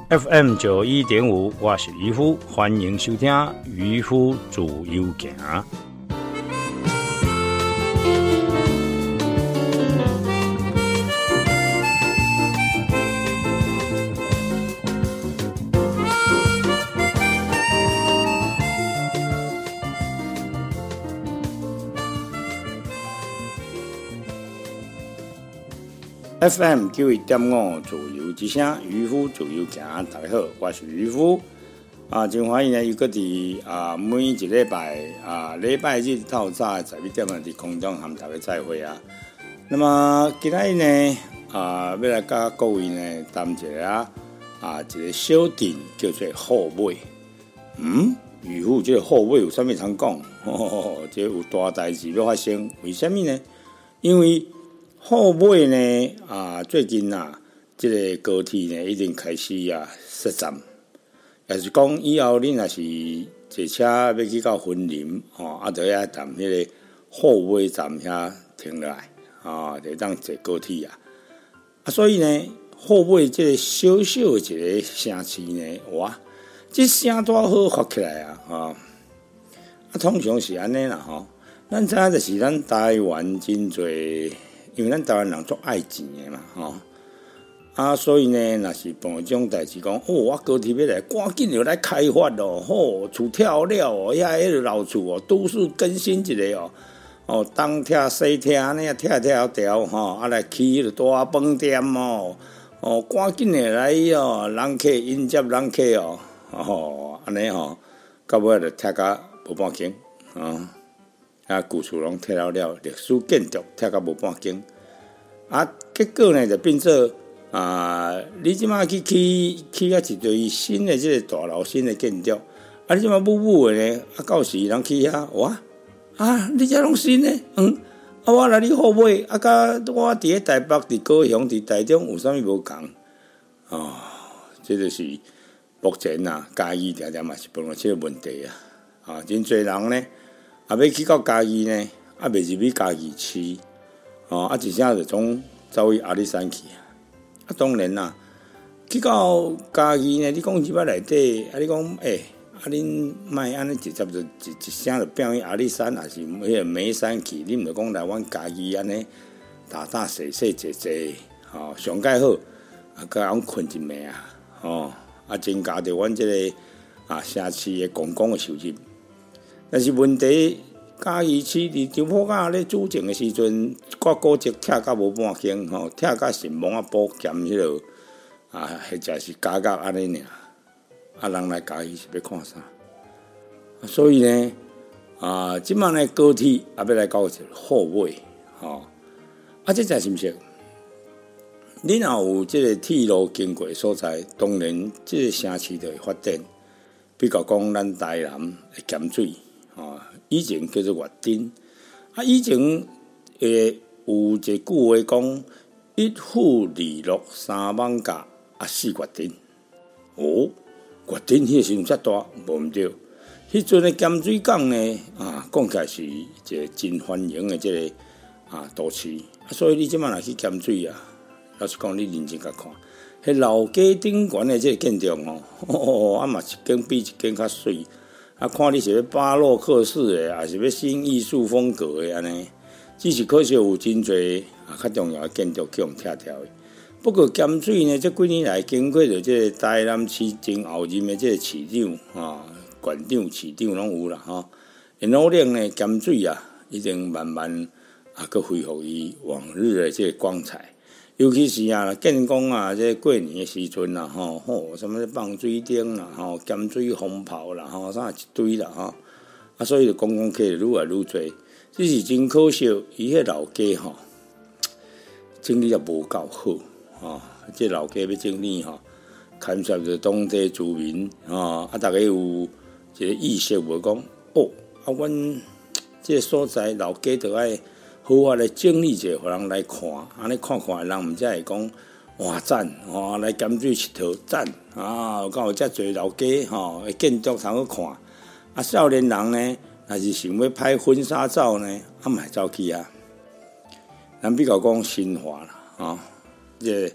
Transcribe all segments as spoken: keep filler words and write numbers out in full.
F M 九一点五，我是渔夫，欢迎收听渔夫自由行。F M 九一点五自由之声，渔夫自由行。大家好，我是渔夫啊，真欢迎呢，又搁伫啊每一礼拜啊礼拜日透早十一点啊，伫空中和大家再会啊。那么今日呢啊，要来甲各位呢谈一个啊啊一个小店叫做后尾。嗯，渔夫这个后尾有啥物通讲？哦，这有大代志要发生，为什么呢？因为后尾呢啊，最近啊，这个高铁呢已经开始啊设站，也是讲以后恁若是坐车要去到云林哦，啊，就要等迄个后尾站遐停落来啊，就当坐高铁啊。啊，所以呢，后尾这个小小的一个城市呢，哇，这声多好发起来啊！啊，啊，通常是安尼啦吼，咱知影就是咱台湾真侪。因为咱台湾人足爱钱的嘛，吼啊，所以呢，若是碰到这种代志，讲哦，我高铁要来，赶紧就来开发咯，吼、哦，厝跳了哦，遐迄个老厝哦，都市更新一下哦，哦，东拆西拆，安尼啊，拆拆条吼，啊来起迄个大饭店哦，哦，赶紧的来哦，人客迎接人客哦，哦，安尼吼，到尾就拆甲无半间啊。啊，旧厝拢拆了了，历史建筑拆到无半间，啊，结果呢就变做啊，你即马去起起啊一堆新的即个大楼、新的建筑，啊，你即马舞舞的呢，啊，到时人去遐，哇，啊，你遮拢新的，嗯，啊，我来你后尾，啊，甲我伫咧台北、伫高雄、伫台中有啥物无共？哦，这就是目前啊，嘉义常常嘛是碰到这个问题啊，啊，真侪人呢。啊，要去到嘉义呢，啊，袂入去嘉义市，哦，啊，一下就总走去阿里山去啊。啊，当然啦，去到嘉义呢，你讲入来内底，啊，你讲诶、欸，啊，恁莫安尼直接就一一声就变去阿里山，还是迄个眉山去？你毋着讲来阮嘉义安尼打打洗洗坐坐，吼、哦，上介好，啊，甲阮困一暝啊，哦，啊，增加着阮即、這个啊城市的观光的收入。但是问题，嘉义市伫张埔甲咧主政的时阵，挂古迹拆到无半间吼，拆到神亡啊宝剑迄落啊，或者是假假安尼尔，啊人来嘉义是要看啥？所以呢，啊，即摆呢高铁也要来搞一个后尾，吼、啊，这才是毋是？你若有即个铁路经过所在，当然即个城市就会发展。比较讲咱台南的咸水。哦，以前叫做月顶，啊，以前诶有一句话讲，一府二鹿三艋舺啊四月顶。哦，月顶迄个时阵遮大，无毋对。迄阵诶咸水港呢，啊，讲起来是一个真繁荣诶即个啊都市，啊，所以你即摆若去咸水啊，老实讲，你认真甲看，迄老街顶悬诶即个建筑哦，哦，啊嘛一间比一间较水。啊，看你是要巴洛克式的，还是要新艺术风格的安尼？只是可惜有真侪啊，较重要的建筑去用拆掉的。不过咸水呢，这几年来经过着这个台南市真后任的这个市长啊、县长、市长拢有啦吼。然后呢，咸水啊，已经慢慢啊，佮恢复伊往日的这个光彩。尤其是啊，建工啊，这过年的时阵啦，吼吼，什么放水灯啦，吼咸水风炮啦，吼啥一堆啦，吼啊，所以就观光客愈来愈多。只是真可惜，伊迄老街吼整理也无够好，吼，这老街要整理吼，牵涉着当地居民啊，啊，大家有一个意识无讲哦，啊，阮这个所在老街着爱。好啊，来整理者，互人来看，安尼看看，人毋才会讲哇赞，哦，来咸水佚佗赞啊！有敢有遮侪老街吼，建筑通好看。啊，少年人呢，若是想要拍婚纱照呢，啊，嘛走去啊。咱比较讲新华啦，吼、哦，这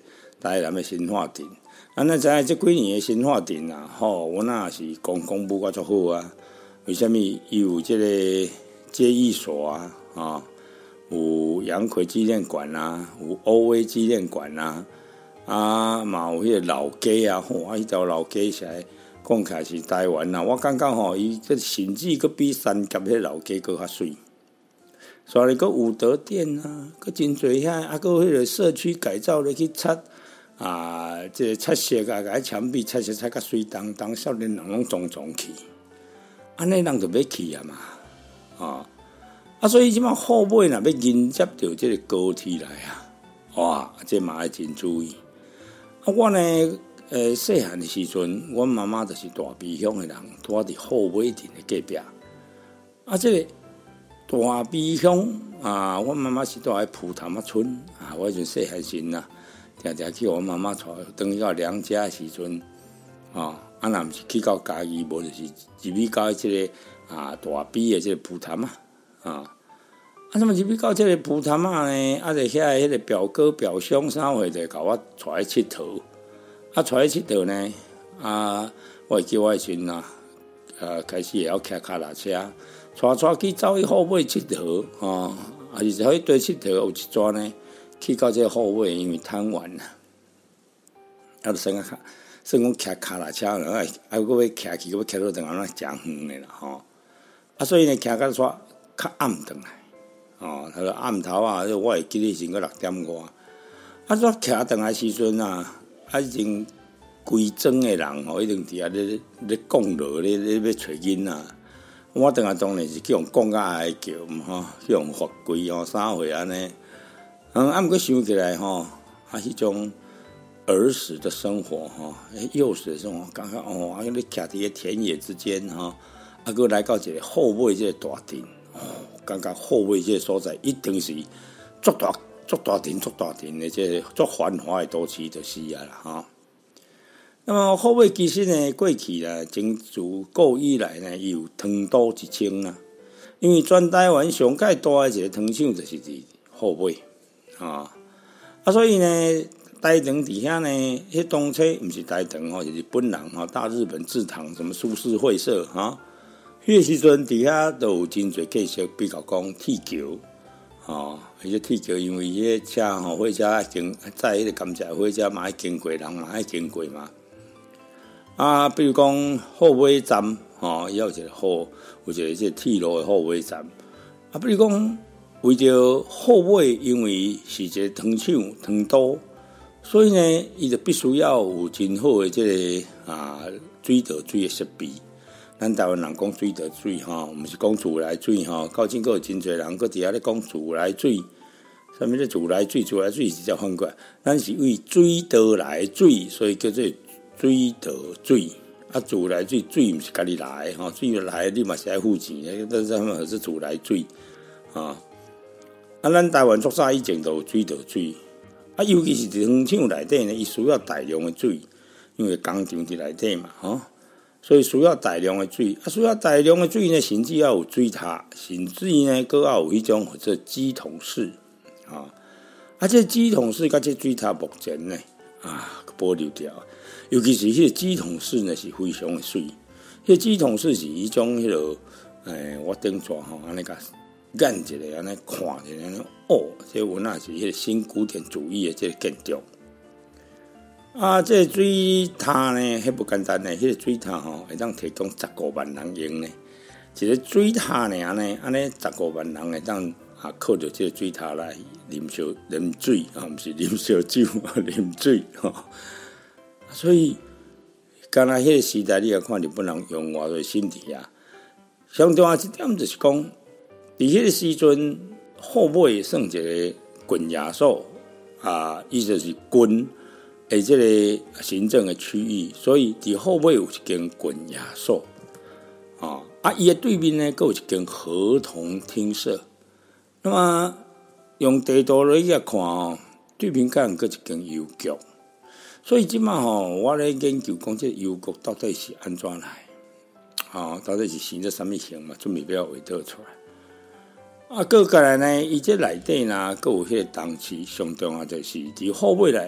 台南的新化镇。咱知影这几年的新化镇啊，吼，我那是公公布我足好啊。为什么？伊有这个接艺所啊，啊，有杨奎纪念馆啊，有欧威纪念馆啊，啊，嘛有迄个老街啊，吼，啊，迄条老街起来讲起来是台湾啊，我感觉吼，伊这甚至佫比三甲迄老街佫较水。所以佫武德殿啊，佫真侪遐，啊，佫迄个社区改造咧去擦。啊，这个擦色啊，甲墙壁擦色擦甲水当当，少年人拢撞撞去，安尼人就要去啊嘛，啊啊，所以即马后尾若要迎接到这个高铁来啊，哇，这嘛要真注意。啊，我呢，诶，细汉的时阵，我妈妈就是大鼻乡的人，住伫后尾镇的隔壁。啊，这个大鼻乡啊，我妈妈是住喺蒲潭仔村啊，我就细汉时呐。常常去我妈妈带，等到娘家的时阵，哦，啊，若毋是去到家己，无就是入去到即个啊大比的即个蒲潭啊，啊，啊，什么入去到即个蒲潭啊呢？啊，就遐迄个表哥表兄啥货就甲我带去佚佗，啊，带去佚佗呢，啊，我会记我时阵啊，呃，开始会晓骑脚踏车，带带去走去后尾佚佗，哦，啊，是喺对佚佗有一转呢。去到这个后尾，因为贪玩啦，啊，就算啊，算讲骑脚踏车，啊，啊，佫要骑去，佫要骑到等下那诚远的啦，吼，啊，所以呢，骑到煞较暗转来，哦，他说暗头啊，我会记得是个六点外，啊，煞骑转来时阵啊，啊，已经规庄的人吼，一定伫遐咧咧讲落咧咧要找囡仔，我等下当然是叫人讲甲哀叫嘛，吼，叫人罚跪吼，啥货安尼。嗯，啊，毋过想起来吼，啊，迄种儿时的生活吼，幼时的生活，感觉哦，啊，你徛伫个田野之间吼，啊，佮来到一个后尾这个大镇，哦，感觉后尾这个所在一定是足大、足大镇、足大镇的这个足繁华的都市就是啊啦，吼。那么后尾其实呢，过去呢，从自古以来呢，伊有糖都之称啊，因为全台湾上界大的一个糖厂就是伫后尾。啊，啊，所以呢，台糖底下呢，迄当初毋是台糖吼，就是本人吼，大日本制糖什么苏式会社哈，迄个时阵底下都有真侪计设，比较讲铁桥，吼，迄个铁桥因为迄个车吼，火车经在迄个甘蔗火车嘛爱经过，人嘛爱经过嘛。啊，比如讲后尾站吼，伊有一个后，有一个即铁路的后尾站，啊，比如讲。为着后尾，因为是一个糖厂糖都，所以呢，伊就必须要有真好的这个啊水道水的设备。咱台湾人讲水道水吼，毋是讲自来水吼，到今个有真侪人搁伫遐咧讲自来水，啥物咧自来水？自来水是只反过来，咱是为水道来水，所以叫做水道水。啊，自来水水毋是家己来吼，水来你嘛是爱付钱的，但是他们是自来水啊。啊，咱台湾足早以前都有水道水，啊，尤其是糖厂内底呢，伊需要大量的水，因为工厂伫内底嘛，吼，所以需要大量的水，啊，需要大量的水呢，甚至要有水塔，甚至呢，佫要有迄种或者机桶室，啊，啊，这机桶室甲这水塔目前呢，啊，保留掉，尤其是迄个机桶室呢是非常的水，迄个机桶室是迄种迄落，诶，我顶住吼，安尼甲。眼一个安尼看一个安尼哦，这有那是迄个新古典主义的这个建筑啊，这个水塔呢，迄不简单呢，迄、那个水塔吼会当提供十五万人用呢，一个水塔呢安尼安尼十五万人会当啊靠着这个水塔来啉烧啉水啊，毋是啉烧酒啊，啉水吼，所以敢若迄个时代，你也看日本人用偌侪心体啊，上重要一点就是讲。伫迄个时阵，后尾算一个郡衙所啊，伊就是郡诶，即个行政的区域，所以伫后尾有一间郡衙所啊，啊，伊诶对面呢，佫有一间合同厅舍。那么用地图来去看哦，对面佫有佫一间邮局，所以即马吼，我咧研究讲，这邮局到底是安怎来？啊，到底是生咗什么形嘛？准备要画倒出来。啊，过过来呢，伊这内底呢，佫有迄个当时上重要就是伫后尾来，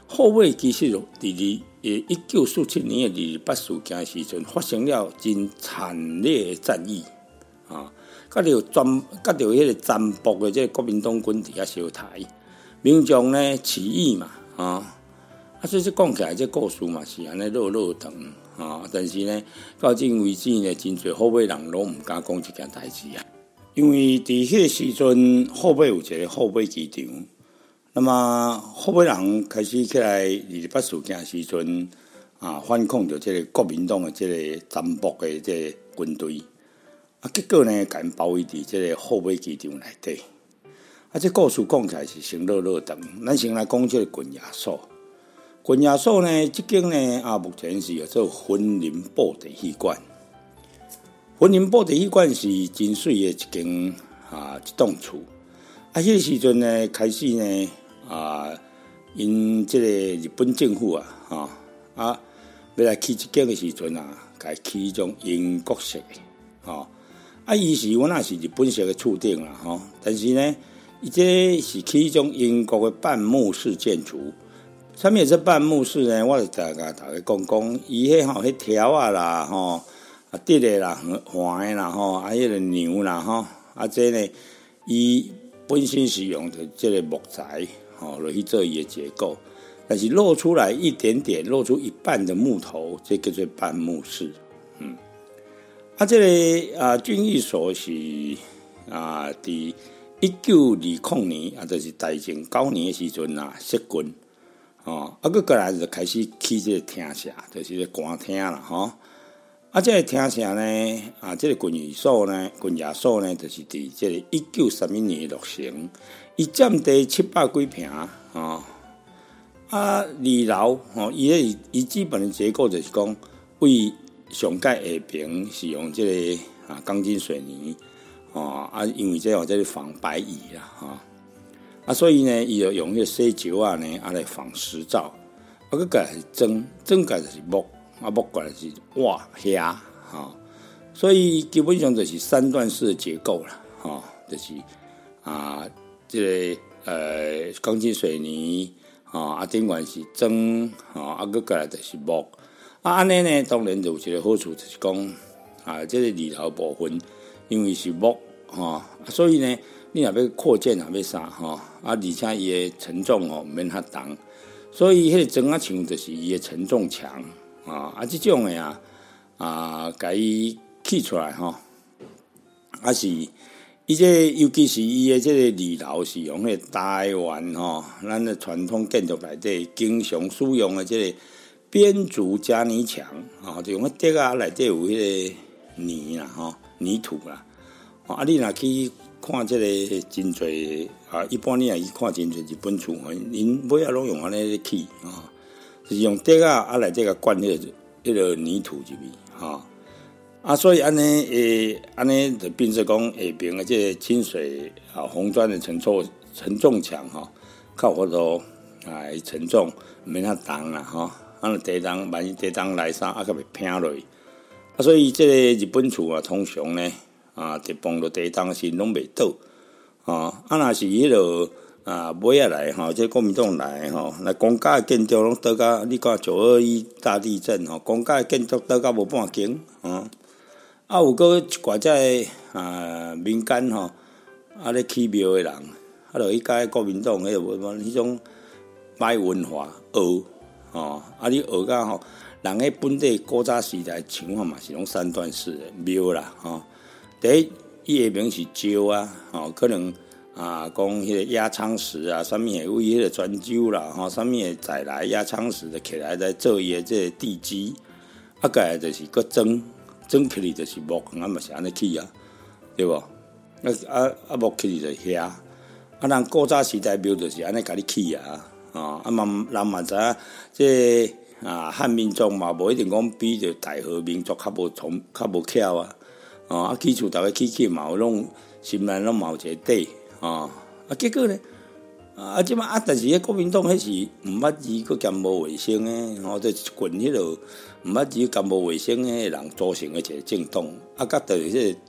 后尾其实伫伫诶一九四七年诶二二八事件时阵，发生了真惨烈诶战役啊！甲着全甲着迄个占卜诶，即个国民党军伫遐烧台，民众呢起义嘛啊！啊，所以说讲起来，这故事嘛是安尼落落长啊，但是呢，到今为止呢，真侪后尾人拢毋敢讲这件代志啊，因为伫迄个时阵，后尾有一个后尾机场。那么后尾人开始起来二二八事件时阵啊，反抗着这个国民党的这个占卜的这个军队啊，结果呢，甲因包围伫这个后尾机场内底啊。这故事讲起来是成落落长，咱先来讲这个军衙所。军衙所呢，这间呢啊，目前是叫做婚林布袋戏馆。婚林布袋戏馆是真水的一间啊一栋厝啊。迄个时阵呢，开始呢。啊，因即个日本政府啊，吼啊，要来起即间的时阵啊，甲起种英国式的，吼啊，伊是原来是日本式的厝顶啦，吼，但是呢，伊这是起种英国的半木式建筑。啥物是半木式呢？我就大家大家讲讲，伊迄吼迄条啊啦，吼啊直的啦、环的啦，吼啊迄个牛啦，吼啊这呢，伊本身是用的这个木材。哦，落去做伊的结构，但是露出来一点点，露出一半的木头，这个叫做半木式。嗯，啊，这个啊，军役所是啊，伫一九二零年啊，就是大正九年的时阵啊，设军哦，啊，佮过来就开始起这个厅舍，就是个官厅啦，吼。啊，这个厅舍呢，啊，这个军役所呢，军衙所呢，就是伫这个一九三一年落成。伊占地七百几平啊，啊，二楼哦，伊咧伊基本的结构就是讲，为上盖下平是用这个啊钢筋水泥哦啊，因为这有这个防白蚁啦，哈啊，所以呢，伊就用迄个细石啊呢啊来防湿燥，啊个个是砖，砖个就是木，啊木个是瓦遐，哈，所以基本上就是三段式的结构啦，哈，就是啊。这个呃钢筋水泥啊，啊顶管是砖啊，啊个过来就是木啊，安尼呢当然就有一个好处就是讲啊，这个里头部分因为是木啊，所以呢你若要扩建若要啥哈啊，而且伊的承重哦免遐重，所以迄个砖啊墙就是伊的承重墙啊，啊这种的啊啊，甲伊起出来吼，啊是。伊这尤其是伊的这个二楼是用迄个台湾吼，咱的传统建筑内底经常使用的这个编竹夹泥墙啊，就用迄竹啊内底有迄个泥啦吼，泥土啦。啊，你若去看这个真侪啊，一般你若去看真侪日本厝，因尾仔拢用安尼咧起啊，就是用竹啊啊内底甲灌迄个迄个泥土入去哈。啊，所以安尼诶，安尼就变成讲下边的这个清水啊红砖的承重承重墙吼，较有法度啊承重免遐重啦吼，啊地动万一地动来啥啊，较袂偏落去。啊，所以这个日本厝啊，通常呢啊，地碰到地动时拢袂倒啊。啊，若是迄落啊尾仔来吼，这国民党来吼，来公家建筑拢倒到你看九二一大地震吼，公家建筑倒到无半间啊。啊，有个一寡只啊民间吼，啊咧起庙的人，啊，就伊甲国民党迄个迄种歹文化学吼，啊你学甲吼，人迄本地古早时代情况嘛是拢三段式的庙啦吼。第一，伊下面是石啊，吼可能啊讲迄个压舱石啊，啥物诶为迄个泉州啦，吼啥物诶再来压舱石的起来来做伊诶这个地基，啊个来就是个砖。整起哩就是木，啊嘛是安尼起啊，对无？啊啊啊木起哩就遐，啊人古早时代庙就是安尼甲你起啊，啊啊嘛人嘛知影，即啊汉民族嘛无一定讲比着大和民族较无聪较无巧啊，啊起厝逐个起起嘛有拢心内拢嘛有一个底啊，啊结果呢？啊！即摆啊，但是迄国民党迄是毋捌字，佫兼无卫生诶，吼，即一群迄落毋捌字兼无卫生诶人组成诶一个政党，啊，甲着迄个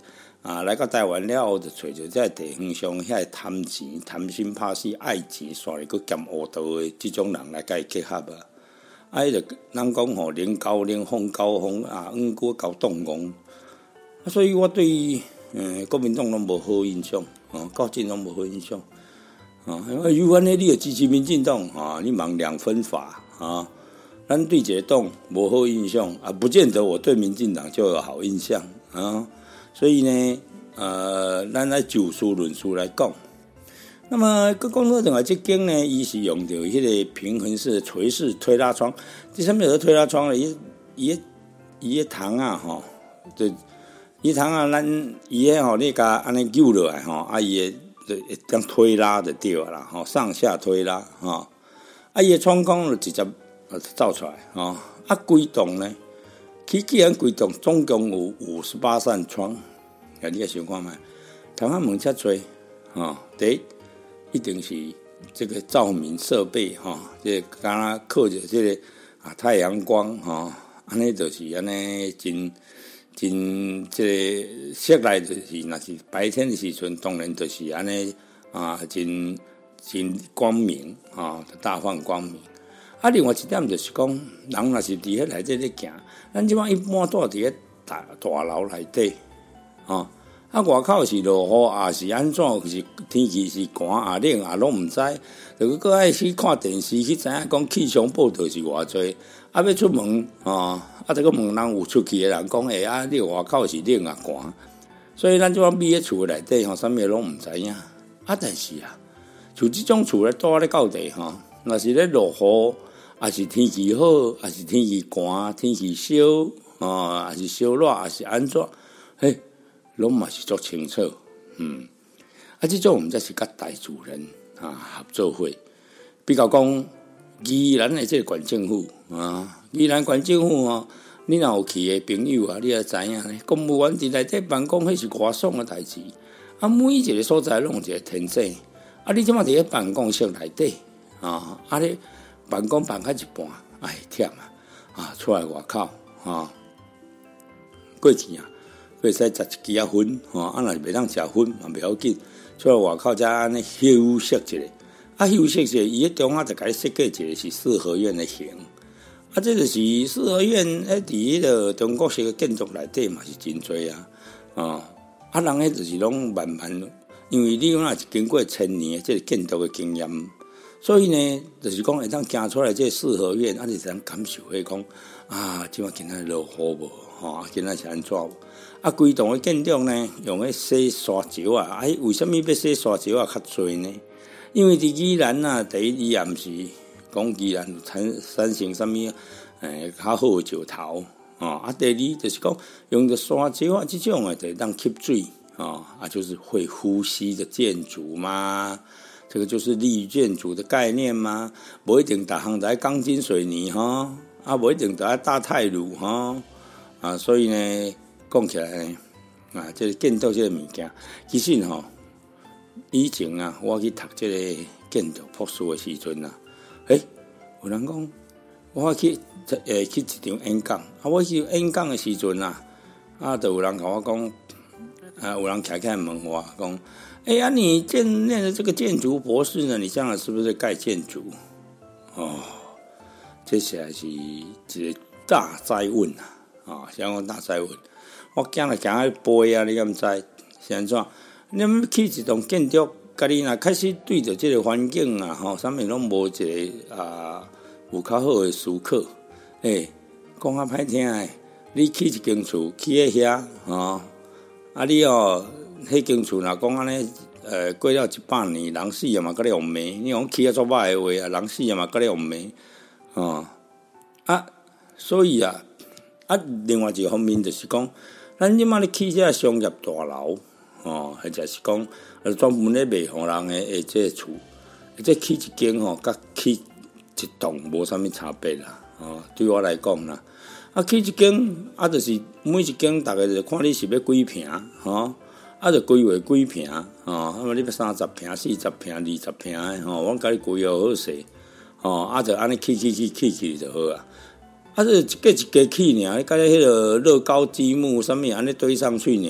啊，来到台湾了后，就找着这地方上遐贪钱、贪心怕死、爱钱，煞哩佫兼恶道的即种人来甲伊结合啊。啊，伊就人讲吼，能交能风交风啊，毋过交动工。啊，所以我对于嗯国民党拢无好印象，哦，高进拢无好印象。啊，因为有安尼你就支持民进党啊，你忙两分法啊。咱对一个党无好印象啊，不见得我对民进党就有好印象啊。所以呢，呃，咱来就事论事来讲。那么，佮讲到另外这间呢，伊是用着迄个平衡式垂式推拉窗。这上面有个推拉窗咧，伊伊伊个窗啊，吼，就伊窗啊，咱伊个吼，你甲安尼扭落来吼，啊，伊个就当推拉就对啦，吼，上下推拉吼，啊，伊个窗框就直接。造出来哦，啊，规栋呢？其既然规栋总共有五十八扇窗，啊，你个想看卖？台湾门遮多哦，第一一定是这个照明设备哈、哦，这刚刚靠着这个啊太阳光哈，安、哦、尼就是安尼真真这个室内就是，若是白天的时阵，当然就是安尼啊，真真光明啊、哦，大放光明。啊，另外一点就是讲，人若是伫迄内底咧行，咱即摆一般住伫迄大大楼内底，哦，啊外口是落雨，也是安怎？是天气是寒啊冷啊，拢毋知。就搁爱去看电视去知影讲气象报道是偌济，啊要出门哦，啊这个问人有出去的人讲，诶、欸、啊，你外口是冷啊寒，所以咱即摆秘喺厝内底吼，啥物拢毋知影。啊，但是啊，像即种厝咧住咧到地吼，若是咧落雨。也是天气好，也是天气寒，天气烧，哦，也是烧热，也是安怎？嘿，拢嘛是足清楚，嗯，啊，这种我们才是甲大自然啊合作伙。比较讲，宜兰的这个县政府啊，宜兰县政府哦，你若有去的朋友啊，你也知影咧，公务员伫内底办公，迄是偌爽的代志。啊，每一个所在拢有一个天井，啊，你即马伫咧办公室内底啊，啊你。办公办到一半，哎，忝啊！啊，出来外口啊，过钱啊，可以使食一支啊粉，吼、啊，啊，若是袂当食粉嘛，袂要紧。出来外口才安尼休息一下，啊，休息一下，伊迄中央就甲你设计一个是四合院的型，啊，这就是四合院，诶，伫迄个中国式的建筑内底嘛是真多啊，啊，啊，人迄就是拢慢慢，因为你若是经过千年这个建筑的经验。所以呢，就是讲会当行出来这四合院，啊，你才能感受迄讲啊，即摆今仔落雨无，吼、啊，今仔是安怎？啊，规栋的建筑呢，用迄洗沙石啊，啊，为什么要洗沙石啊较多呢？因为伫宜兰啊，第一伊也毋是讲宜兰产产生什么诶较好的石头，啊，啊，第二就是讲用着沙石啊，这种诶，就当吸水，啊，啊，就是会呼吸的建筑嘛。这个就是绿建筑的概念吗？不一定大行在钢筋水泥哈，啊，不一定在大泰鲁哈，啊，所以呢，讲起来呢，啊，这个建筑这个物件，其实哈，以前啊，我去读这个建筑博士的时阵啊，诶、欸，有人讲，我去诶去一场演讲，啊，我去演讲的时阵啊，啊，就有人跟我讲，啊，有人徛起来问我讲。哎呀，你建念的这个建筑博士呢？你将来是不是盖建筑？哦，这实在是一个大哉问啊！啊，香港大哉问，我今日行去背啊，你敢知是安怎？你们去一栋建筑，家己若开始对着这个环境啊，吼，啥物拢无一个啊，有较好的思考。诶，讲啊歹听诶，你去一间厝，去喺遐，吼，啊你哦。迄间厝若讲安尼，呃，过了一百年，人死也嘛，搁咧用骂。你讲起啊做歹诶话啊，人死也嘛，搁咧用骂。哦，啊，所以啊，啊，另外一个方面就是讲，咱即马咧起这商业大楼，哦，或者是讲，呃，专门咧卖互人诶诶，这厝，这起一间吼，甲起一栋无啥物差别啦。哦，对我来讲啦，啊，起一间啊，就是每一间，大概就看你是要几坪，吼、哦。啊，就规划几坪，吼、哦，啊，你要三十坪、四十坪、二十坪诶，吼、哦，我甲你规划好势，吼、哦，啊，就安尼起起起起起就好啊。啊，这一个一个起尔，你甲迄个乐高积木啥物安尼堆上去尔，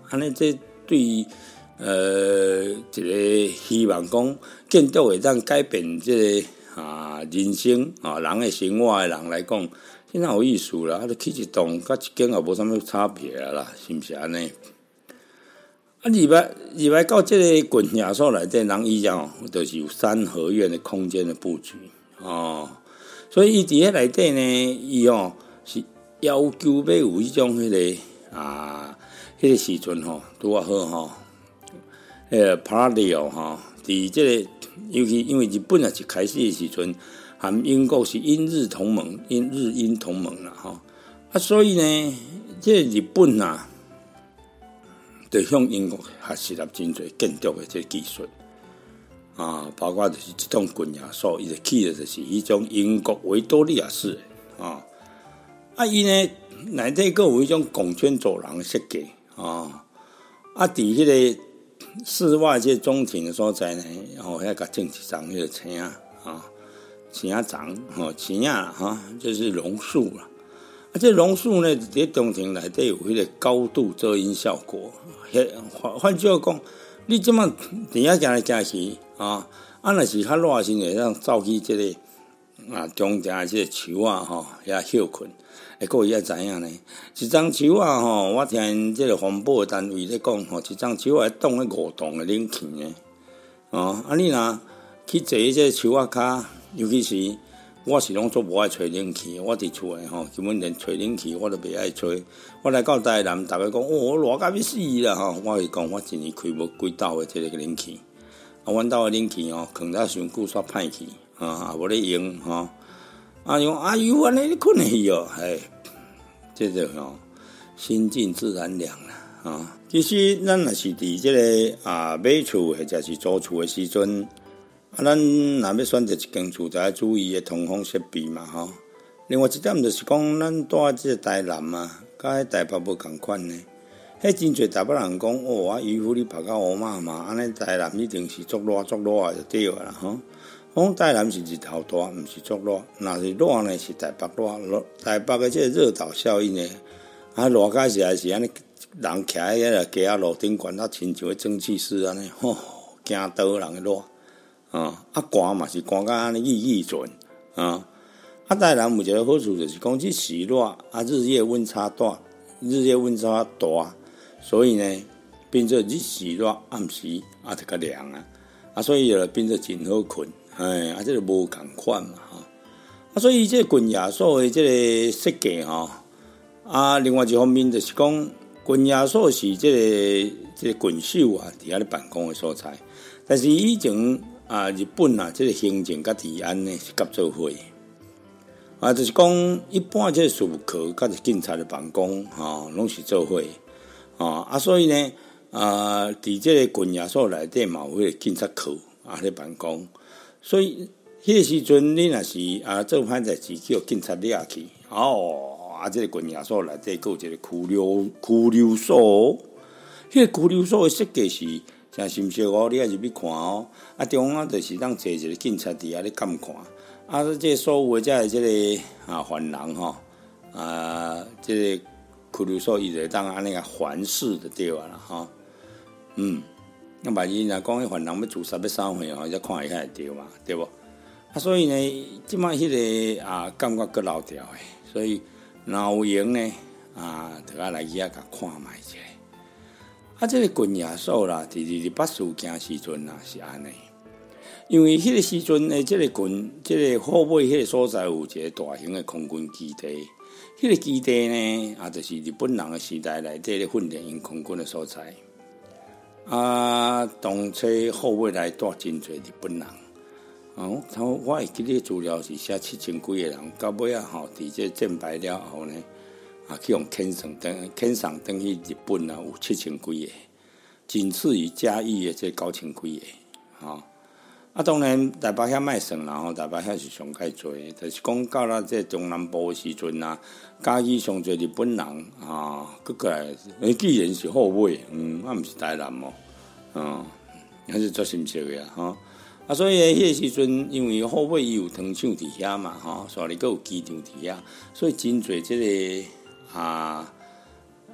安尼这对于呃一个希望讲建筑会当改变这个啊人生啊人的生活的人来讲，真有意思啦！啊，起一栋甲一间也无啥物差别啦，是毋是安尼？啊，入来入来到这个滚亚所内底，人以前哦，就是有三合院的空间的布局哦，所以伊伫迄内底呢，伊哦是要求要有迄种迄、那个啊，迄、那个时阵吼拄啊好吼，迄个 Palladio 吼，伫这个尤其因为日本啊一开始的时阵，含英国是英日同盟，英日英同盟啦吼，啊，所以呢，这个、日本啊。就向英国学习了真侪建筑的这个技术啊，包括就是这种滚亚所，伊就起的就是迄种英国维多利亚式啊。啊，伊呢内底佫有迄种拱圈走廊的设计啊。啊，伫迄个室外这中庭的所在呢，哦，遐甲种一丛迄个青啊，青啊丛，吼青啊哈，就是榕树啦。啊，这榕树呢，伫中庭内底有迄个高度遮阴效果。换换句话讲，你即马伫遐行来行去啊，啊，若是较热时，会当走去即、这个啊中庭的即个树啊吼，遐休困。诶，各位也知影呢，一丛树啊吼，我听即个环保的单位咧讲吼，一丛树啊冻咧五栋的冷气呢。哦，啊，你若去坐即个树啊骹，尤其是。我是拢做无爱吹冷气，我伫厝诶吼，根本连吹冷气我都袂爱吹。我来到台南，逐个讲哦，热甲要死啦吼！我是讲，我一年开无几斗诶，即个冷气。啊，阮兜诶冷气吼，放了伤久煞歹去啊，也无咧用吼。啊，用阿姨安尼你困去哦，嘿，这个吼心静自然凉啦啊。其实咱若是伫即个啊买厝或者是租厝诶时阵。啊，咱若要选择一间厝，就要注意个通风设备嘛，吼。另外一点就是讲，咱住即个台南啊，甲迄台北无共款呢。迄真侪台北人讲，哦，啊，渔夫你拍到乌嘛嘛，安尼台南一定是足热足热就对啦，吼。讲台南是日头大，毋是足热。若是热呢，是台北热。台北个即个热岛效应呢，啊，热甲是还是安尼，人徛喺迄个街仔路顶悬啊，亲像个蒸汽室安尼，吼，惊倒人个热。啊，啊寒嘛是寒甲安尼意意准啊！啊，台南有一个好处就是讲，即时热啊，日夜温差大，日夜温差大，所以呢，变做日时热，暗时啊就较凉啊，啊，所以就变做真好困，哎，啊，这个无共款嘛，哈，啊，所以这个滚亚所的这个设计吼，啊，另外一方面就是讲，滚亚所是这个这个滚手啊，伫遐咧办公的所在，但是以前。啊，日本啊，这个行政甲治安呢是合作伙，啊，就是讲一般这个事务科甲警察的办公，吼，拢是做伙，啊，啊，所以呢，啊，伫这个郡衙所内底嘛有迄个警察科啊咧办公，所以迄个时阵你若是啊做歹代志，叫警察抓去，哦，啊，这个郡衙所内底佫有一个拘留拘留所，迄个拘留所的设计是。真深色哦，你也入去看哦。啊，中央就是当坐一个警察伫遐咧监看。啊，这个所有的这个这个啊犯人吼，啊，这个拘留所伊就当安尼个环视就对啊啦吼。嗯，那万一若讲迄犯人要自杀要啥货吼，则看一下对嘛，对无？啊，所以呢，即摆迄个啊感觉佫老调诶，所以若有闲呢啊，就爱来遐甲看卖者。啊，这个郡衙所啦，伫伫伫北事件时阵啦是安尼，因为迄个时阵诶，这个郡，这个后尾迄个所在有一个大型诶空军基地，迄、那个基地呢，啊，就是日本人诶时代内底咧训练因空军诶所在。啊，当初后尾来带真侪日本人，哦，我会记得资料是写七千几个人，到尾啊吼，伫这战败了后呢。啊，去用遣送登遣送登去日本啊，有七千几个，仅次于嘉义的这九千几个，吼、哦。啊，当然台北遐卖算啦，吼，台北遐是上介多，就是讲到了这中南部的时阵啊，嘉义上侪日本人啊，佮过来，诶，既然是后尾，嗯，啊，毋是台南哦，嗯，还是做深色的啊，吼。啊，所以迄个时阵，因为后尾伊有糖厂伫遐嘛，吼，所以佮有机场伫遐，所以真侪即、這個。啊，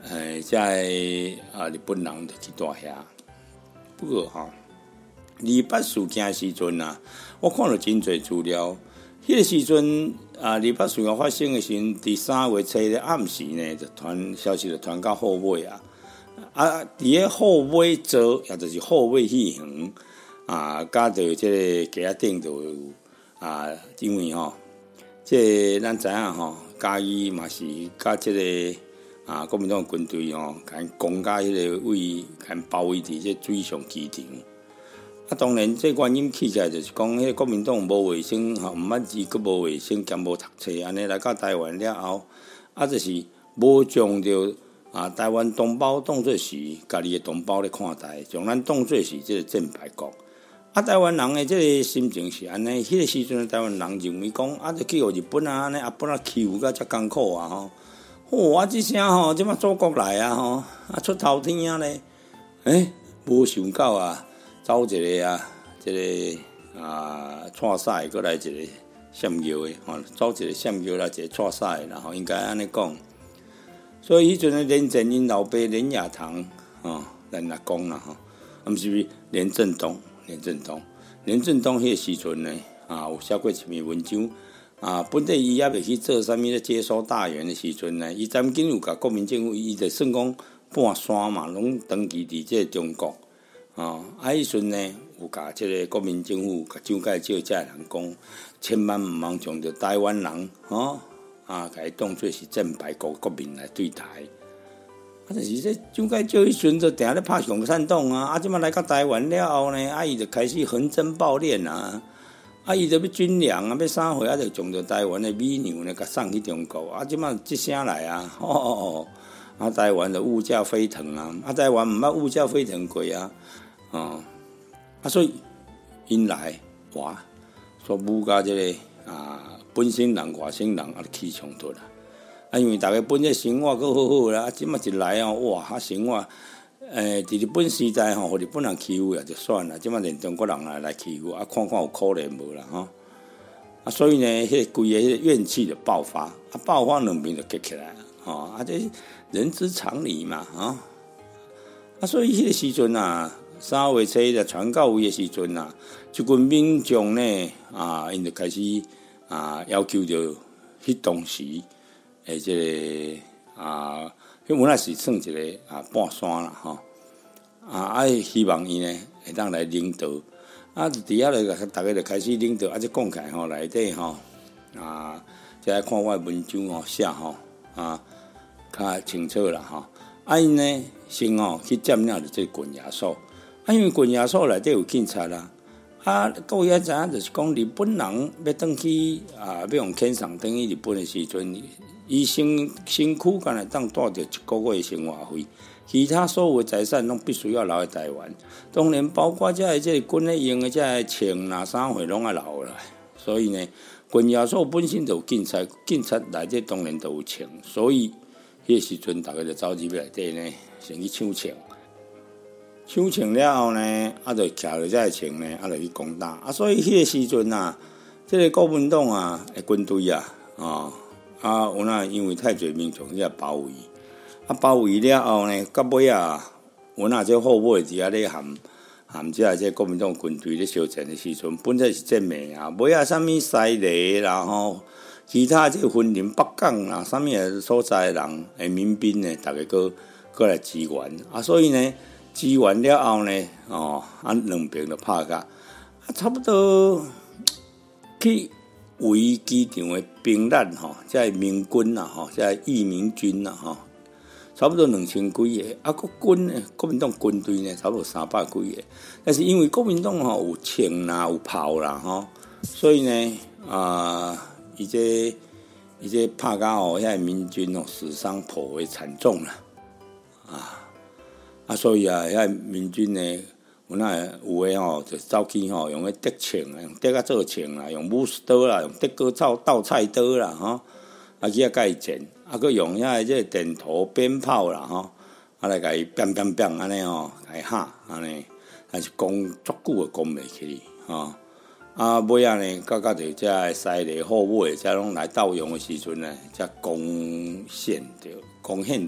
诶，在啊日本人就去住遐。不过吼，二八事件时阵啊，我看了真侪资料。迄个时阵啊，二八事件发生的时阵，伫三月初的暗时呢，就传消息就传到后尾啊。啊，伫个后尾座，也就是后尾戏园啊，加到即个街仔顶就有啊，因为吼，即咱知影吼，嘉义嘛是甲即个啊国民党军队吼，甲攻甲迄个位，甲包围伫即水上机场。啊，当然，这原因起起来就是讲，迄国民党无卫生，吼，毋捌字，佮无卫生，兼无读册，安尼来到台湾了后，啊，就是无将着啊台湾同胞当作是家己的同胞咧看待，将咱当作是即个战败国。啊，台湾人的即个心情是安尼，迄、那个时阵台湾人认为讲，啊，就去互日本啊，安尼啊，本啊欺负甲遮艰苦啊吼，哦，啊，即声吼，即马祖国来啊吼，啊出头天啊咧，诶，无想到啊。走一个啊，这个啊，错赛过来一个闪耀的吼，走一个闪耀来一个错赛，然后应该安尼讲。所以迄阵的连战因老爸连亚堂吼，咱来讲啦吼，啊，毋是连振东，连振东，连振东迄个时阵呢，啊，有写过一篇文章啊，本地伊也未去做啥物咧接收大员的时阵呢，伊曾经有甲国民政府，伊就算讲半山嘛，拢登记伫即个中国。哦，啊！迄阵呢，有甲即个国民政府、甲蒋介石遮人讲，千万毋通将着台湾人，吼啊，甲伊当作是战败国国民来对待。啊，但是这蒋介石迄阵就定咧拍共产党啊，啊，即马来到台湾了后呢，啊，伊就开始横征暴敛啊，啊，伊就要军粮啊，要啥货啊，就将着台湾的米粮呢，甲送去中国啊，即马即声来啊，哦哦哦，啊，台湾的物价飞腾啊，啊，台湾毋捌物价飞腾过啊。哦，啊，所以因来哇，说武甲即个啊本省人、外省人啊起冲突啦。啊，因为大家本来生活阁好好啦，啊，即马一来哦，哇，啊生活诶，伫日本时代吼，互日本人欺负也就算啦，即马连中国人来来欺负，啊，看看有可怜无啦吼。啊，所以呢，迄规个迄个怨气就爆发，啊，爆发两边就结起来，吼，啊，这人之常理嘛，啊，啊，所以迄个时阵啊。三月初就传到位的时阵啊，即群民众呢啊，因就开始啊要求着迄当时诶，即、这个啊，迄本来是算一个啊半山啦吼，啊啊希望伊呢会当来领导，啊伫遐咧，大家就开始领导，啊即讲起来吼内底吼啊，再来看我的文章吼写吼啊较清楚啦吼，啊因呢先吼去占领着即个郡衙所。啊，因为郡衙所内底有警察啦，啊，各位也知影，就是讲日本人要转去啊，要用遣送转去日本的时阵，伊身身躯干来当带着一个月的生活费，其他所有的财产拢必须要留在台湾。当然，包括这即个军咧用的这个枪啦、啥货拢要留下来。所以呢，郡衙所本身就有警察，警察内底当然都有枪，所以迄个时阵，大家就走入内底呢，先去抢枪。抢枪了后呢，啊，就徛着遮个枪呢，啊，就去攻打。啊，所以迄个时阵啊，即、这个国民党啊，诶，军队啊，啊，啊，有那因为太侪民众去包围，啊，包围了后呢，到尾啊，有那这后尾伫遐咧含含遮这国民党军队咧相战的时阵，本来是正面啊，尾啊，啥物西犁啦吼，其他这个云林北港啦，啥物个所在的人诶民兵呢，大家搁搁来支援啊，所以呢。支援了后呢，哦，啊，两边就拍甲，啊，差不多去围机场的兵力吼，即系民军啦，吼，即系义民军啦，吼，差不多两千几个，啊，国军呢，国民党军队呢，差不多三百几个，但是因为国民党吼有枪啦，有炮啦，吼，所以呢，啊，伊这伊这拍甲吼，遐民军吼死伤颇为惨重啦，啊。啊，所以啊，遐民军呢，有那有诶吼，就走去吼，用迄竹枪啊，用竹啊做枪啦，用武士刀啦，用竹割草倒菜刀啦，吼，啊去啊甲伊战，啊佮用遐即个电头鞭炮啦，吼，啊来甲伊砰砰砰安尼吼，来吓安尼，但是攻足久也攻袂起，吼，啊尾仔呢，到到着遮西犁后尾，遮拢来斗用诶时阵呢，才攻陷着，攻陷着。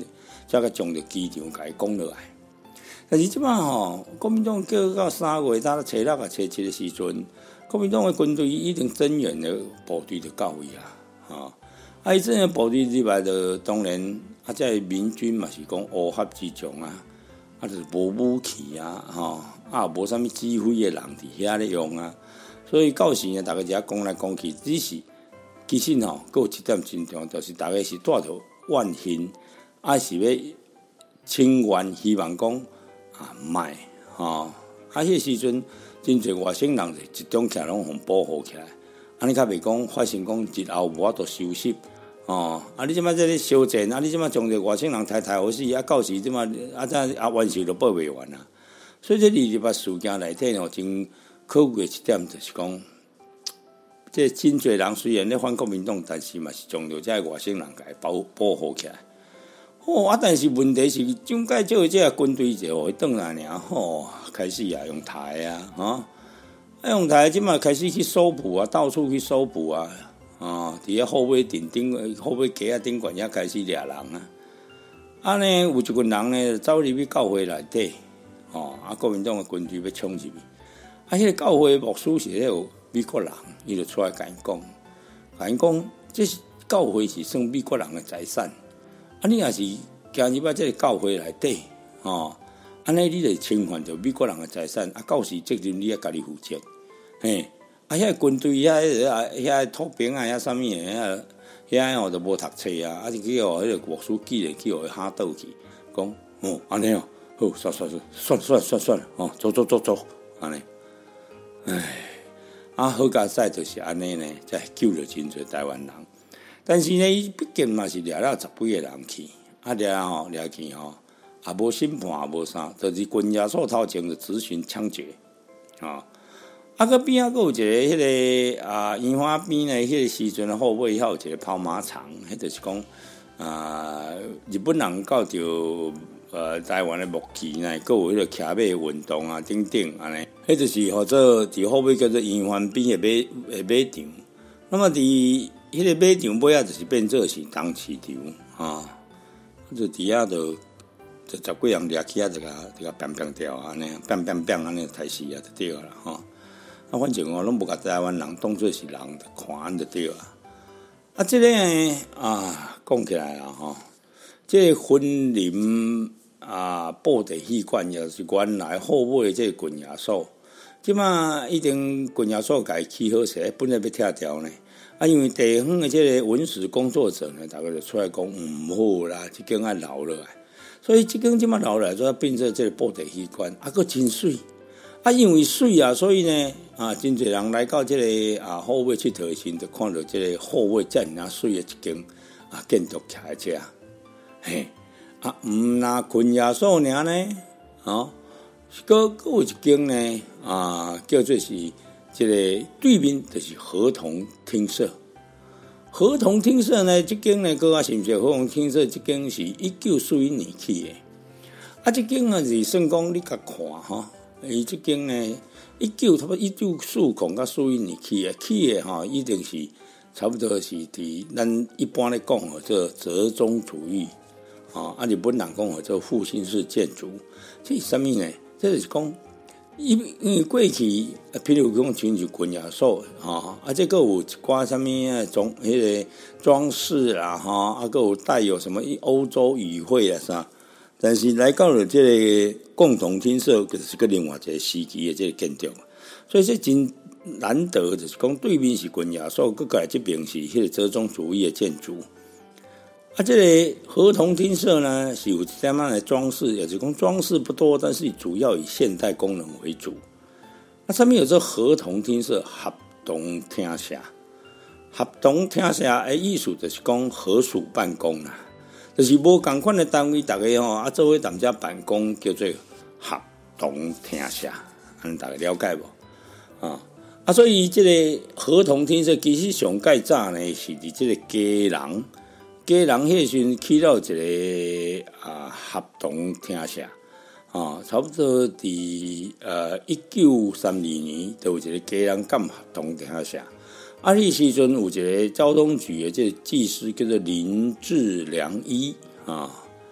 才甲将着机场甲伊讲落来。但是即摆吼，国民党叫到三月，搭初六啊、初七的时阵，国民党的军队已经增援的部队就到位啊，吼、啊，伊增援部队入来就当然，啊，即民军嘛是讲乌合之众啊，啊，就是无武器啊，吼、啊，无啥物指挥的人伫遐咧用啊，所以到时呢，大家只讲来讲去，只是其实吼，佫有一点真重要，就是大家是带着万幸，啊，是要请愿，希望讲。啊，卖吼、哦，啊，迄个时阵真侪外省人是集中起来拢互保护起来，啊，你较袂讲发生讲日后无法度收拾，哦，啊，你即摆在咧烧钱，啊，你即摆将着外省人抬抬好死，啊，到时即摆啊，怎啊完事都报袂完啊，所以这二二八事件内底吼，真可贵一点就是讲，这真侪人虽然咧反国民党，但是嘛是将着这外省人甲伊保保护起来。哦啊！但是问题是，蒋介石这个军队就会转来尔，吼、哦，开始啊用台啊，吼、哦，啊用台即嘛开始去搜捕啊，到处去搜捕啊，啊，伫遐后尾顶顶后尾架啊顶管遐开始掠人啊，啊呢有一群人呢走入去教会内底，哦，啊国民党的军队要冲入去，啊，迄、那个教会牧师是迄个美国人，伊就出来甲因讲，甲因讲，这是教会是算美国人的财产。啊，你若是行入啊，这个教会内底，吼，安尼你就侵犯着美国人的财产，啊，到时责任你要家己负责，嘿，啊，遐军队遐啊遐土兵啊，遐啥物诶，遐遐吼都无读册啊，啊，就去互迄个牧师记咧，去互伊吓倒去，讲哦，安尼哦，好，算算算，算算算算，哦，走走走走，安尼，唉，啊，好佳哉就是安尼呢，才救了真侪台湾人。但是呢，伊毕竟嘛是掠了十几个人去，啊掠吼掠去吼，也无审判也无啥，就是军衙所头前就执行枪决，啊，啊个边啊个有一个迄、那个啊樱花边呢，迄个时阵后尾还有一个跑马场，迄就是讲啊日本人搞着呃台湾的木器呢，还有迄个骑马运动啊等等安尼，迄就是或者伫后尾叫做樱花边的马的马场，那么伫迄个马场尾啊，就是变做是东市场啊，就伫遐就就十几人掠起啊，就甲就甲变变掉安尼，变变变安尼开始啊，就对啦吼。啊，反正我拢无甲台湾人当做是人，就看安就对啦。啊，这个啊，讲起来啦吼，这个婚林啊，布袋戏馆也是原来后尾这个军衙所，即马已经军衙所甲伊起好势，本来要拆掉呢。啊，因为地方的这个文史工作者呢，大家就出来讲唔好啦，这间啊留落来，所以这间即马留落来，就要变成这个布袋戏馆，啊，佫真水，啊，因为水啊，所以呢，啊，真侪人来到这个啊后尾佚佗的时候，就看到这个后尾遮尔水的一间啊建筑起来遮，嘿，啊，毋那群衙所尔呢，啊，佫佫有一间呢，啊，叫做是。这个对面就是合同厅舍，合同厅舍呢，这间呢，各位是不是合同厅舍？这间是一九四一年起的，啊，这间呢是算讲你甲看哈，伊这间呢，一九差不多一九四五到四一年起的，起的哈，一定是差不多是伫咱一般咧讲哦，这折中主义啊，啊，日本人讲哦，这复兴式建筑，这是什么呢？这就是讲。因为过去，譬如讲，像是军衙所，哈，啊，这个有一寡什么装，迄个装饰啦，哈，啊，个有带有什么欧洲语汇啊啥，但是来到了这个共同厅舍，就是个另外一个时期的这个建筑，所以这真难得，就是讲对面是军衙所，佮过来这边是迄个折中主义的建筑。啊，这个合同厅舍呢是有这样的装饰，也就是讲装饰不多，但是主要以现代功能为主。那上面有这合同厅舍、合同厅舍、合同厅舍的意思就是讲合署办公啦，就是无同款的单位，大家吼啊做伙踮遮办公叫做合同厅舍，安大家了解无？啊啊，所以这个合同厅舍其实上盖早呢是伫这个家人。家人迄时阵起到一个啊合同厅舍，啊，差不多伫呃一九三二年，就有一个家人干合同厅舍。啊，迄时阵有一个交通局的这个技师叫做林志良一啊，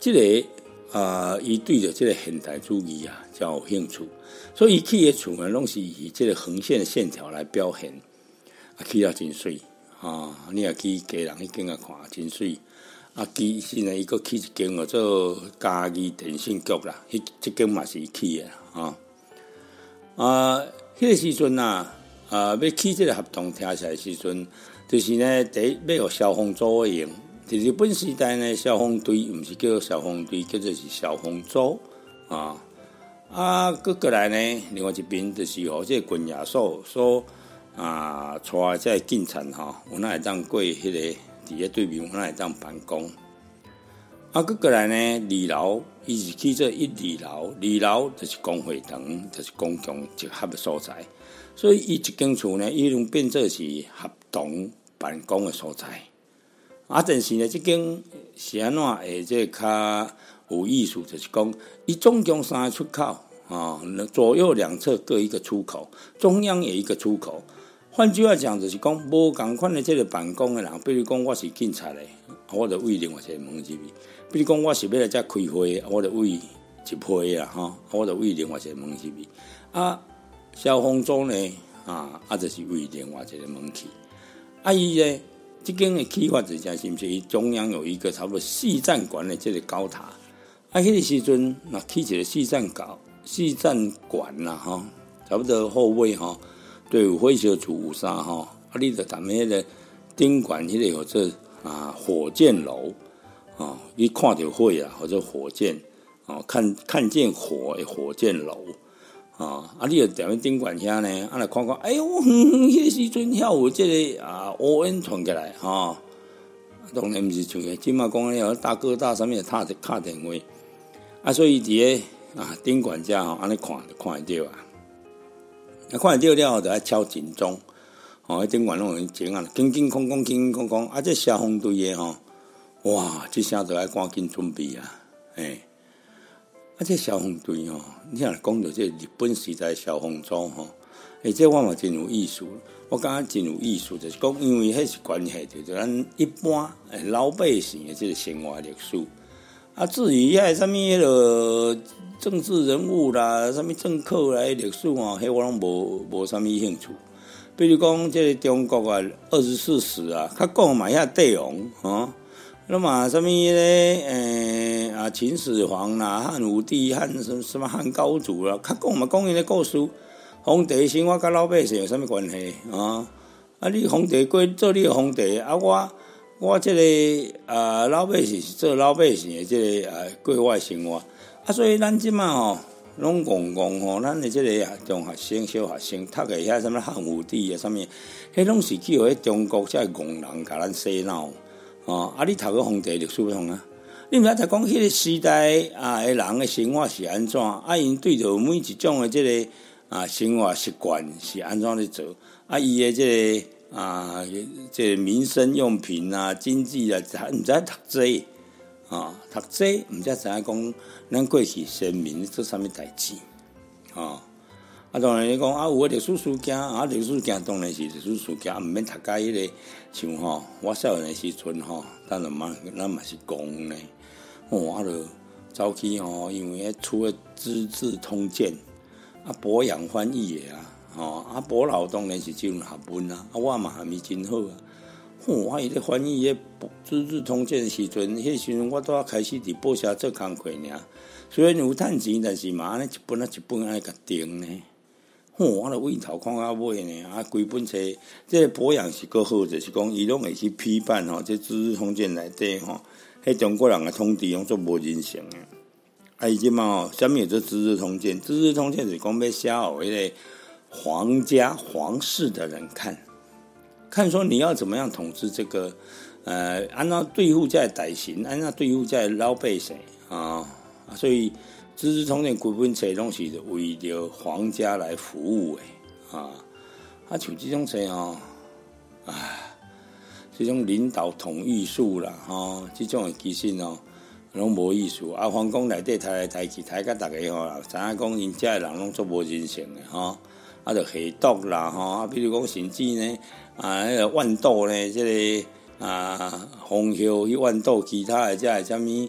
这个啊，伊、呃、对着这个现代主义啊，较有兴趣，所以伊起的厝呢，拢是以这个横线线条来表现，啊，起了真水啊！你也去家人迄间啊看，真水。啊，其实呢，伊个起一间叫做嘉义电信局啦，迄即间嘛是伊起的啊。啊，迄个时阵啊，啊要起这个合同听起来时阵，就是呢，第一要有消防组的用。在日本时代呢，消防队毋是叫做消防队，叫做是消防组啊。啊，搁过来呢，另外一边就是吼，这个军衙所所啊，带这警察吼，有哪会当过迄、那个。伫咧对面，我来当办公。啊，佮过来呢，二楼伊是去做一二楼，二楼就是公会堂，就是公共集合的所在。所以伊一间厝呢，伊拢变做是合同办公的所在。啊，但是呢，即间是安怎诶？即较有意思，就是讲，伊总共三个出口啊，左右两侧各一个出口，中央也一个出口。换句话讲，就是讲无共款的这个办公的人，比如讲我是警察的，我就为另外一个门入去；比如讲我是要来遮开会，我就为一会啦，吼，我就为另外一个门入去。啊，消防组呢，啊，啊就是为另外一个门去。啊，伊呢，这间的起法是真是毋是？伊中央有一个差不多四站馆的这个高塔。啊，迄、那个时阵，那起一个四站高四站馆啦，吼，差不多后尾吼。对，有火烧厝有啥吼？啊，你着踮迄个顶管迄个有这啊火箭楼哦，你看到火啊，或者火箭哦，看看见火的火箭楼啊，啊，你着踮咧顶管遐呢，啊来看看，哎呦，迄时阵遐有这个啊乌烟传过来吼，当然毋是像个，即马讲了大哥大上面打打电话，啊，所以伫咧啊顶管遮吼，安尼看就看得到啊。啊，看到了后，就爱敲警钟，吼，迄顶管拢有警啊，叮叮哐哐，叮叮哐哐，啊，这消防队的吼，哇，这声就爱赶紧准备啊，诶，啊，这消防队吼，你若讲到这日本时代消防组吼，诶，这我嘛真有意思，我感觉真有意思，就是讲，因为迄是关系着咱一般诶老百姓的这个生活历史，啊，至于遐什么迄个。政治人物啦，什么政客啦，历史啊，迄我拢无无什么兴趣。比如讲，这个中国啊，二十四史啊，较讲嘛遐帝王啊，那么什么咧，诶、欸、啊，秦始皇啦，汉武帝，汉什么什么汉高祖啦，较讲嘛讲因的故事。皇帝生活甲老百姓有什么关系啊？啊，你皇帝过做你的皇帝，啊我我这个啊老百姓是做老百姓的这个啊过我的生活。啊，所以咱即马吼，拢讲讲吼，咱的这个中学生、小学生读的遐什么汉武帝啊，什么，迄拢是叫迄中国遮戆人甲咱洗脑哦。啊，你读个皇帝历史通啊？你毋知读讲迄个时代啊，诶人的生活是安怎？啊，因对着每一种的这个啊生活习惯是安怎咧做？啊，伊的这个啊，这个民生用品啊、经济啊，毋知读这。啊，读这毋则知影讲，咱过去先民做啥物代志啊？啊，当然你讲啊，有个历史事件啊，历史事件当然是历史事件，毋免读甲迄个像吼，我少年的时阵吼，咱嘛咱嘛是讲呢，哦，啊，就走去吼，因为出了《资治通鉴》，啊，博洋翻译的啊，吼，啊，博老当然是进入学问啊，啊，我嘛还没真好啊。吼、哦！我伊咧翻译迄《资治通鉴》时阵，迄时阵我拄啊开始伫报社做工课尔。虽然有趁钱，但是嘛安尼一本啊一本安尼甲订呢。吼、哦！我著为头看到尾呢，啊，规本册，这个保养是够好，就是讲伊拢会去批判吼，这《资治通鉴》内底吼，迄中国人诶统治拢做无人性诶。啊，伊即嘛吼，啥物叫做《资治通鉴》？《资治通鉴》是讲要写互迄个皇家皇室的人看。看说你要怎么样统治这个，呃，按照对付这代行，按照对付这老百姓啊，所以《资治通鉴》规本册拢是为着皇家来服务的啊。啊，像这种册哦，啊，这种领导统御术啦，吼、哦，这种的其实哦，拢无意思。啊，皇宫内底抬来抬去，抬甲大家吼，知影讲因遮的人拢做无人性的吼。哦啊，就下毒啦，吼啊，比如讲甚至呢，啊，迄个万斗呢，即、这个啊，风萧去万斗，其他的遮个啥物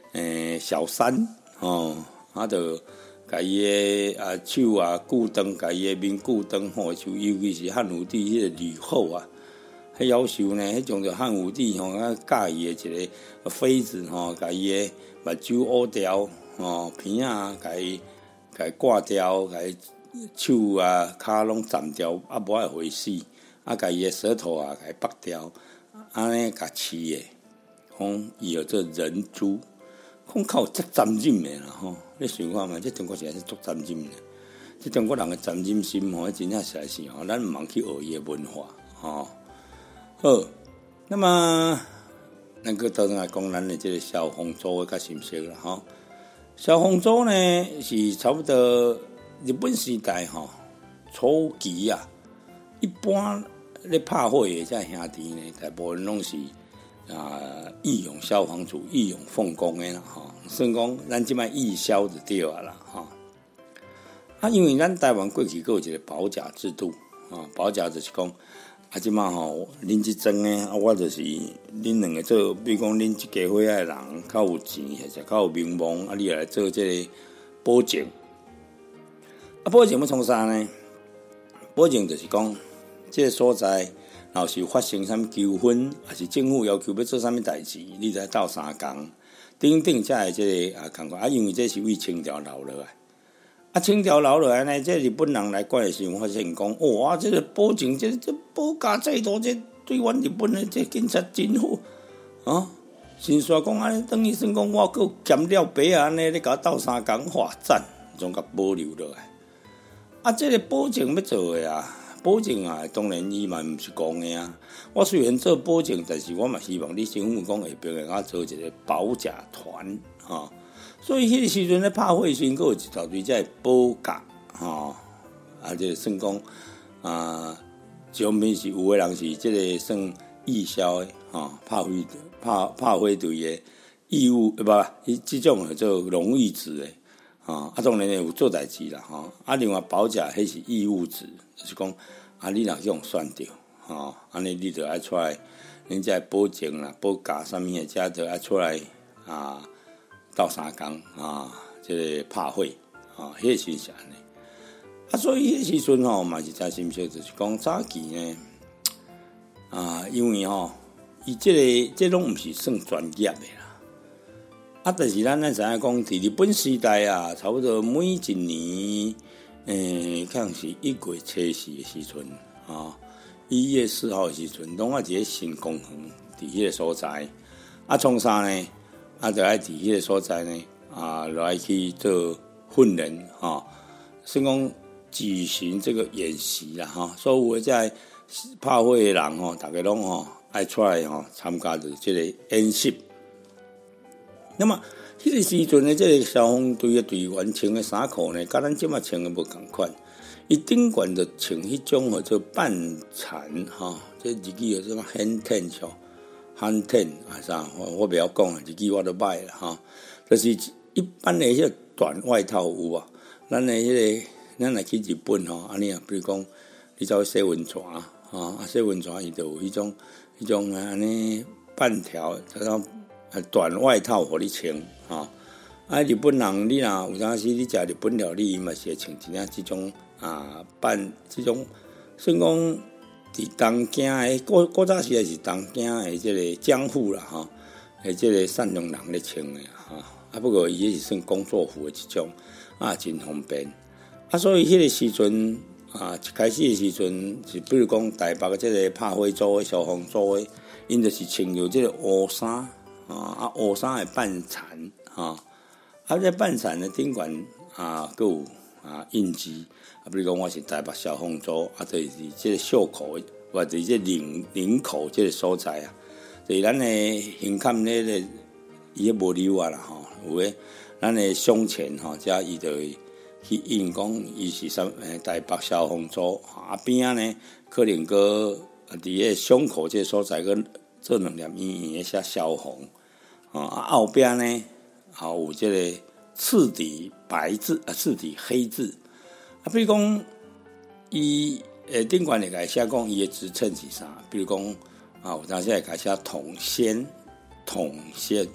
诶、呃、小三吼，啊，就甲伊诶啊手啊固断，甲伊诶面固断吼，就尤其是汉武帝迄个吕后啊，迄夭寿呢，迄种着汉武帝吼啊教伊诶一个妃子吼，甲伊诶目睭乌掉吼，鼻啊甲伊甲伊挂掉，甲伊手啊骹拢斩掉，啊无爱回死，啊甲伊诶舌头啊甲伊拔掉，安尼甲饲诶，讲伊有这人诛。讲靠遮残忍诶啦吼，你想看嘛？这中国实在是足残忍诶。这中国人诶残忍心吼，真正实在是吼，咱毋通去学伊诶文化吼。好，那么咱个倒转来讲，咱诶这个萧红洲诶较熟悉啦吼。萧红洲呢是差不多日本时代吼初期啊，一般咧拍火诶这兄弟呢，大部分拢是。啊，义勇消防组、义勇奉公的啦，吼，算讲咱即摆义消就对啊啦，吼。啊，因为咱台湾过去还有一个保甲制度啊，保甲就是讲啊，即摆吼，恁即种诶，啊，我就是恁两个做，比如讲恁即家伙仔人较有钱，或者较有名望，啊，你来做这个保证。啊，保证要创啥呢？保证就是讲，这个所在。若是发生啥物纠纷，还是政府要求要做啥物代志，你才斗相共，等等才会这个啊共款啊，因为这是为清朝留落来，啊清朝留落来呢，这日本人来管的时候发现讲，哦啊，这个保证，这这保甲制度，这对阮日本的这警察真好啊，先说讲安尼，等于算讲我搁减了白啊，安尼咧甲斗相共发展，总甲保留落来，啊，这个保证要做的啊。保证啊，当然伊嘛毋是讲的啊。我虽然做保证，但是我嘛希望你政府讲下边个我做一个保甲团啊。所以迄个时阵咧拍火时，佫有一大堆在保甲吼，啊，即算讲啊，上面是有个人是即个算义消的吼，拍火拍拍火队的义务，不，伊即种叫做荣誉值的。啊，啊，当然有做代志啦，吼。啊，另外保甲迄是义务值，就是讲啊，你若去用算着，吼，安尼你着爱出来，恁才保证啦、保甲啥物诶，才着爱出来啊，斗相共啊，即、这个拍火啊，迄个是是安尼。啊，所以迄时阵吼嘛是真心惜，就是讲早期呢，啊，因为吼，伊即、这个即拢毋是算专业诶。啊，但是咱咱知影讲，伫日本时代啊，差不多每一年，诶、欸，可能是一月初四的时阵啊，一月四号的时阵，拢啊伫个新公园伫迄个所在，啊，创啥呢？啊，就爱伫迄个所在呢，啊，来去做训练哈，算讲举行这个演习啦哈，所有诶在拍火的人吼，大家拢吼爱出来吼参加着即个演习。那么，迄个时阵呢，这个消防队的队员穿的衫裤呢，甲咱即马穿的无共款。伊顶悬着穿迄种叫做半残哈，这日语叫什么很天笑，很天啊啥？我我不要讲啊，日语我都歹啦哈。就是一般的迄个短外套有啊，咱的迄个，咱来去日本吼，安尼啊，比如讲，你走去洗温泉啊，啊洗温泉伊就有迄种迄种安尼半条，加上。短外套互你穿吼，啊！日本人你若有当时你食日本料理，伊嘛是会穿一领即种啊半即种，算讲伫东京诶，古古早时也是东京诶，即个江户啦吼，诶，即个善良人咧穿诶吼，啊不过伊也是算工作服诶一种，啊真方便。啊，所以迄个时阵啊，一开始诶时阵是比如讲台北诶即个拍火组诶、消防组诶，因就是穿着即个乌衫。啊，乌衫的半残啊，啊，这半残的顶悬啊，佫有啊印记啊，比如讲我是台北消防组啊，就是这个袖口或者这领领口这个所在啊，就是咱的胸坎咧咧，伊无留啊啦吼，有诶，咱的胸前吼，遮伊就去印讲伊是啥诶台北消防组啊边啊呢，可能佫伫个胸口这个所在佫做两粒圆圆的写消防。啊，后边呢，还有这个赤底白字啊，赤底黑字啊。比如讲，伊诶顶悬会甲写讲伊诶职称是啥？比如讲啊，有当时会甲写统仙、统仙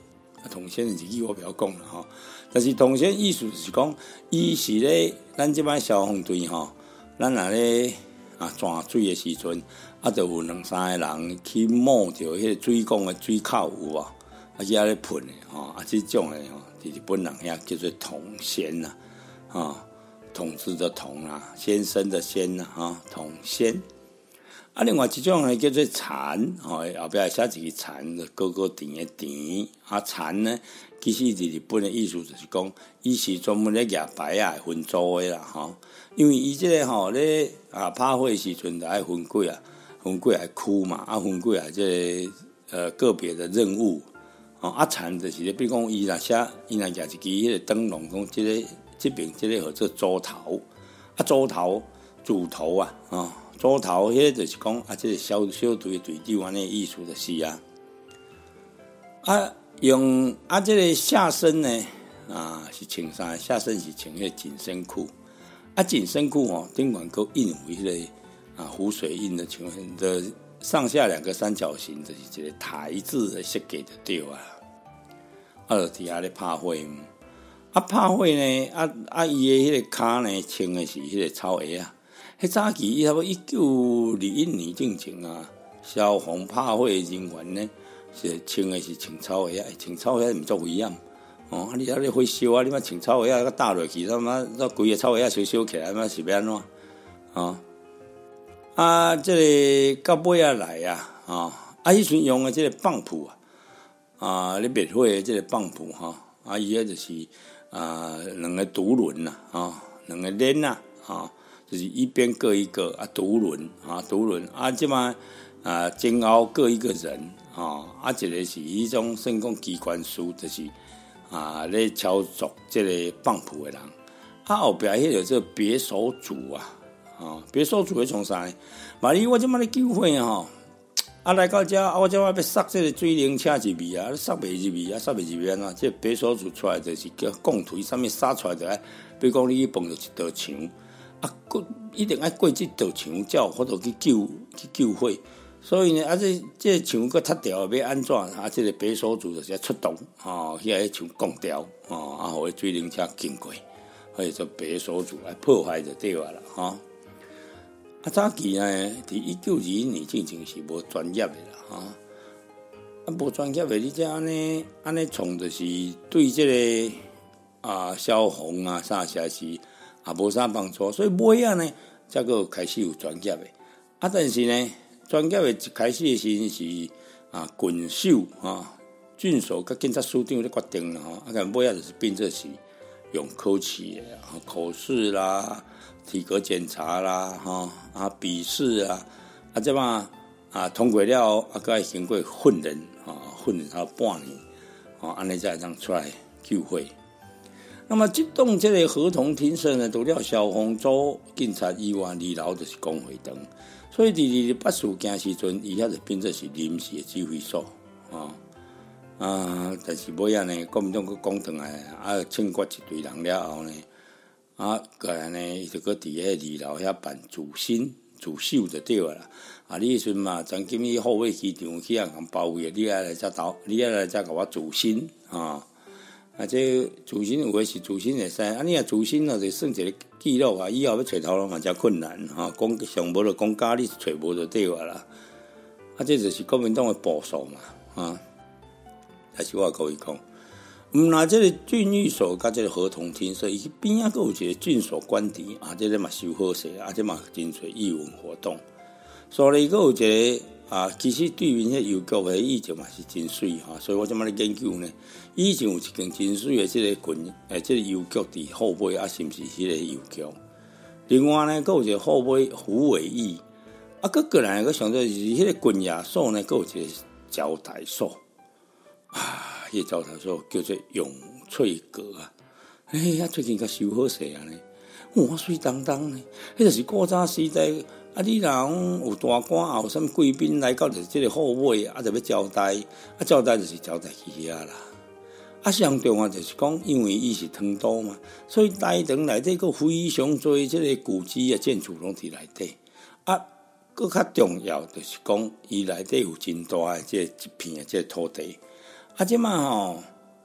统仙的日语我不要讲了吼，但是统仙意思是讲，伊是咧咱即摆消防队吼，咱若咧啊装水的时阵，啊，就有两三个人去摸着迄个水管的水口有无？啊，去遐咧喷的吼，啊，这种的吼，伫日本人遐叫做统仙呐，啊，统治的统啊，先生的先呐，啊，统仙。啊，另外一种呢叫做禅，吼，后壁写一个禅，高高甜的甜。啊，禅呢，其实伫日本的意思就是讲，伊是专门咧举牌啊分组的啦，吼。因为伊即个吼咧啊拍火时阵就爱分几啊，分几啊区嘛，啊分几啊即个呃个别的任务。哦，啊禅就是咧，比如讲伊若写，伊若举一支迄个灯笼，讲即个即边即个号做组头，啊组头主头啊，哦。组头迄就是讲啊，即、这个小小队队长安尼意思就是啊，啊用啊即、这个下身呢啊是穿啥？下身是穿迄个紧身裤，啊紧身裤哦顶管够印为迄个啊湖水印的像的上下两个三角形，就是一个台字的设计就对啊，啊就伫遐咧拍火，啊拍火呢啊啊伊的迄个骹呢穿的是迄个草鞋啊。迄早期伊差不多一九二一年之前啊，消防拍火人员呢是穿的是穿草鞋啊，穿草鞋毋足危险哦。啊，你啊咧火烧啊，你莫穿草鞋啊，打落去，他妈那规个草鞋烧烧起来，那是要安怎啊？啊，这个到尾啊来啊，啊，啊，迄阵用的这个棒浦啊，啊，咧灭火的这个棒浦哈，啊，伊迄就是啊两个独轮呐，啊，两个链呐，啊。就是一边各一个啊，独轮啊，独轮啊，即摆啊，前后各一个人啊，啊，一个是迄种算讲机关师，就是啊，咧操作即个棒谱的人，啊，后壁迄个做别手组啊，啊，别手组咧从啥？万一我即摆咧救火吼，啊，来到遮，啊，我即摆要塞即个水灵车入去啊，塞袂入去啊，塞袂入去啊，即别手组出来就是叫钢腿上面撒出来的，比如讲你去碰到一道墙。啊，过一定爱过即道墙，才有法度去救去救火。所以呢，啊，这这墙搁塌掉，要安怎？啊，这个白手组就是要出动，哦，去迄墙降掉，哦，啊，互水灵车经过，所以做白手组来破坏就对啊啦，吼、哦。啊，早期呢，伫一九二一年之前是无专业的啦，吼、哦。啊，无专业的，你这安尼安尼从就是对这个啊消防啊啥啥是。也无啥帮助，所以尾仔呢，才个开始有专业的。啊，但是呢，专业的一开始的时阵是啊，郡守啊，郡守甲警察署长咧决定啦吼。啊，但尾仔就是变做是用考试的啊，口试啦、体格检查啦、哈啊笔试啊，啊这嘛啊通过了后，啊，佮经过训练啊，训练差半年，啊，安尼才会当出来救火。那么，这栋这个合同厅舍呢，除了消防组、警察以外，二楼就是工会堂。所以，伫二八事件时阵，伊遐就变做是临时的指挥所啊啊！但是尾仔呢，国民党佮讲转来，啊，清决一队人了后呢，啊，个人呢，伊就搁伫迄二楼遐办主审、主守就对啦。啊，你迄阵嘛，曾经去后尾机场去啊，共包围，你爱来才导，你爱来才甲我主审啊。啊，这主审有诶是主审会使，啊，你啊主审啊就算一个记录啊，以后要找头路嘛真困难哈。讲上无就讲假，你找无就对啊啦。啊，这就是国民党诶步数嘛，啊。但是我各位讲，毋那这个郡役所甲这个合同厅所，伊边仔佫有一个郡所官邸啊，这个嘛收好势，啊，这嘛真侪艺文活动。所以佫有一个。啊，其实对面迄邮局的以前嘛是真水哈，所以我即摆咧研究呢。以前有一间真水的即个群，诶，即个邮局伫后尾啊，是毋是迄个邮局？另外呢，佫有一个后尾胡伟义，啊，佫个人佫想到是迄个群衙所呢，佫有一个招待所啊，迄、那个招待所叫做永翠阁啊。哎呀，最近甲修好势啊呢，哇，水当当呢，迄就是古早时代。啊！你若讲有大官啊，有啥物贵宾来到就是即个后尾啊，就要招待，啊招待就是招待去遐啦。啊，上重要就是讲，因为伊是唐都嘛，所以大堂内底佫非常多即个古迹啊建筑拢伫内底。啊，佫较重要就是讲，伊内底有真大诶即个一片诶即个土地。啊，即马吼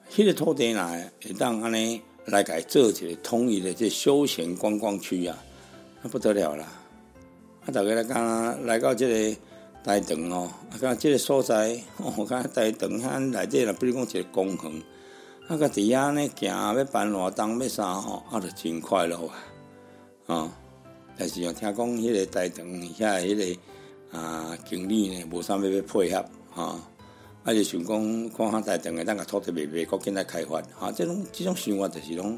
迄个土地呐，会当安尼来改做一个统一的这休闲观光区啊，那不得了啦！啊，大家来讲来到这个台东哦，啊，讲这个所在，哦，讲台东遐内底啦，比如讲一个公园，啊，个伫遐呢行要办活动要啥吼，啊，就真快乐啊！哦，但是哦，听讲迄个台东遐迄个啊经理呢，无啥物要配合啊。啊，就想讲，看下台东个，咱个土地卖卖，搁紧来开发，哈、啊，这种这种想法就是讲，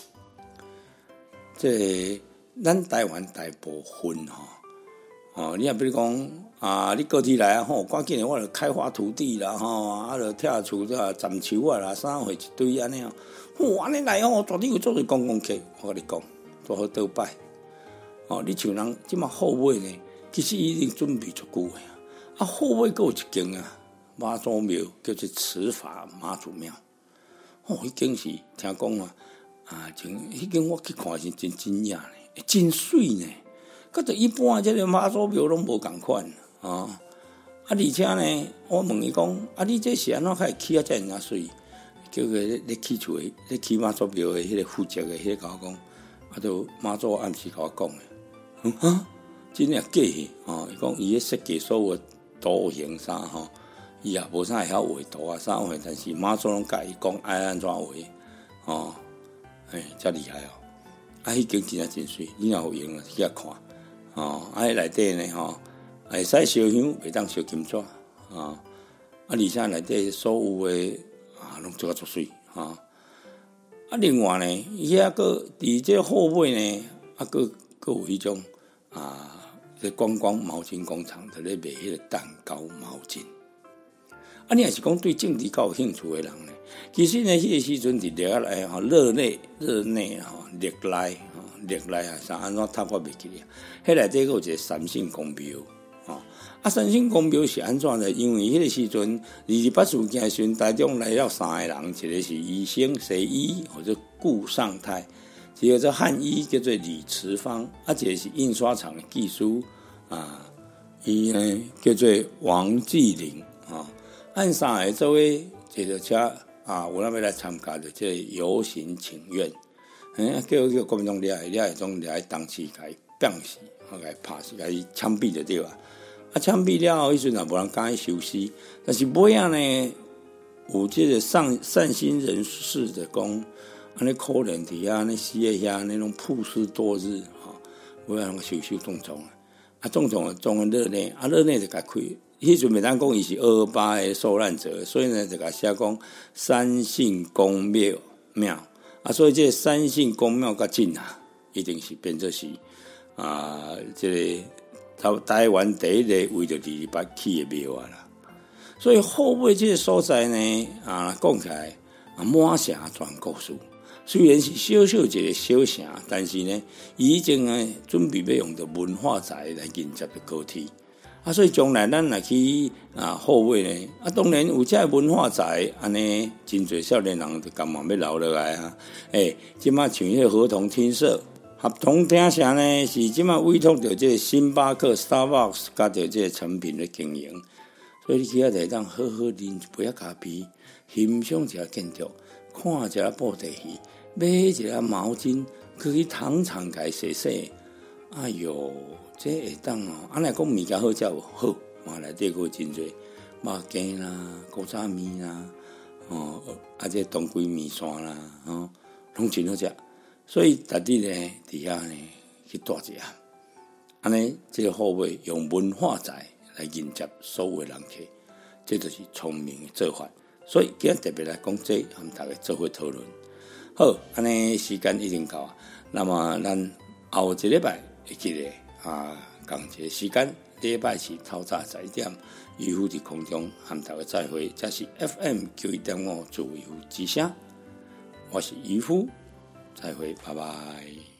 这咱台湾大部分吼，哦，你也比如讲啊，你高铁来啊，吼，赶紧的，我著开发土地啦，吼，啊，著拆厝啊、斩树啊啦，啥货一堆安尼哦，吼，安尼来哦，绝对有做阵观光客，我甲你讲，多好倒摆，哦，你像人即马后尾呢，其实已经准备足久个啊，啊，后尾阁有一间啊。妈祖庙叫做慈法妈祖庙，哦，迄间是听讲啊，啊，前迄间我去看是真真正呢，真水呢，甲着一般即个妈祖庙拢无共款啊，啊，而且呢，我问伊讲，啊，你这是安怎开始起啊遮尔啊水？叫个咧起厝诶，咧起妈祖庙诶，迄个负责诶，迄个甲我讲，啊，都妈祖暗时甲我讲诶，啊，真正假诶，哦，伊讲伊咧设计所有图形啥吼。伊也无啥会晓画图啊，啥货，但是妈祖拢甲伊讲爱安怎画，哦，哎，遮厉害哦！啊，迄间真啊真水，你若有闲啊去遐看，哦，啊，迄内底呢吼，会使烧香，袂当烧金纸，啊，啊，而且内底所有诶啊，拢做啊足水，啊，啊，另外呢，伊遐个伫这后尾呢，啊，个个有迄种啊，这观光毛巾工厂伫咧卖迄个蛋糕毛巾。啊，你也是讲对政治较有兴趣的人呢？其实呢，迄、那个时阵伫历来吼，热内热内吼，历来吼，历来啊，啥安怎读我袂记咧？迄内底有一个三圣公庙，吼啊，三圣公庙是安怎呢？因为迄个时阵二二八事件时阵，台中来了三个人，一个是医生西医或者顾尚泰，一个做汉医叫做李慈芳，啊，一个是印刷厂的技师啊，伊呢叫做王继林啊。按三个作为坐着车啊，有人要来参加的这游行请愿，嗯，叫叫国民党掠掠迄种掠当时甲伊鞭死，啊，甲伊拍死，甲伊枪毙就对啊。啊，枪毙了后，迄阵也无人敢伊收尸，但是尾仔呢，有这个善善心人士的讲，安尼可怜伫遐，安尼死诶遐，那种曝尸多日，哈，尾仔人收收重重啊，啊，重重重喺热内，啊，热内就甲开。迄阵袂当讲伊是二二八的受难者，所以呢，就甲写讲三姓公庙庙啊，所以这三姓公庙较近啊，一定是变做是啊，这个台湾第一个为着二二八起的庙啊啦。所以后尾这个所在呢啊，讲起来啊，满城全故事。虽然是小小一个小城，但是呢，已经呢准备要用到文化财来迎接的高铁。啊，所以将来咱若去啊后尾呢，啊当然有这文化财，安尼真侪少年人就甘嘛要留落来啊。诶，即马像迄个合同厅舍、合同厅舍呢，是即马委托着这个星巴克、Starbucks 加着这个成品的经营，所以你去遐就当好好啉一杯咖啡，欣赏一下建筑，看一下布袋戏，买一下毛巾，去糖厂家洗洗。哎哟！这会当哦，安尼讲物件好食无好，嘛内底佫真侪肉羹啦、古早面啦，哦，啊这当归面线啦，哦，拢真好食。所以逐日呢，伫遐呢去住一下，安尼这个好尾用文化财来迎接所有的人客，这就是聪明的做法。所以今日特别来讲这，和大家做伙讨论。好，安尼时间已经到啊，那么咱后一礼拜会记得。啊，同一个时间，礼拜四透早十一点，渔夫伫空中和大家再会。这是 F M 九一点五自由之声，我是渔夫，再会，拜拜。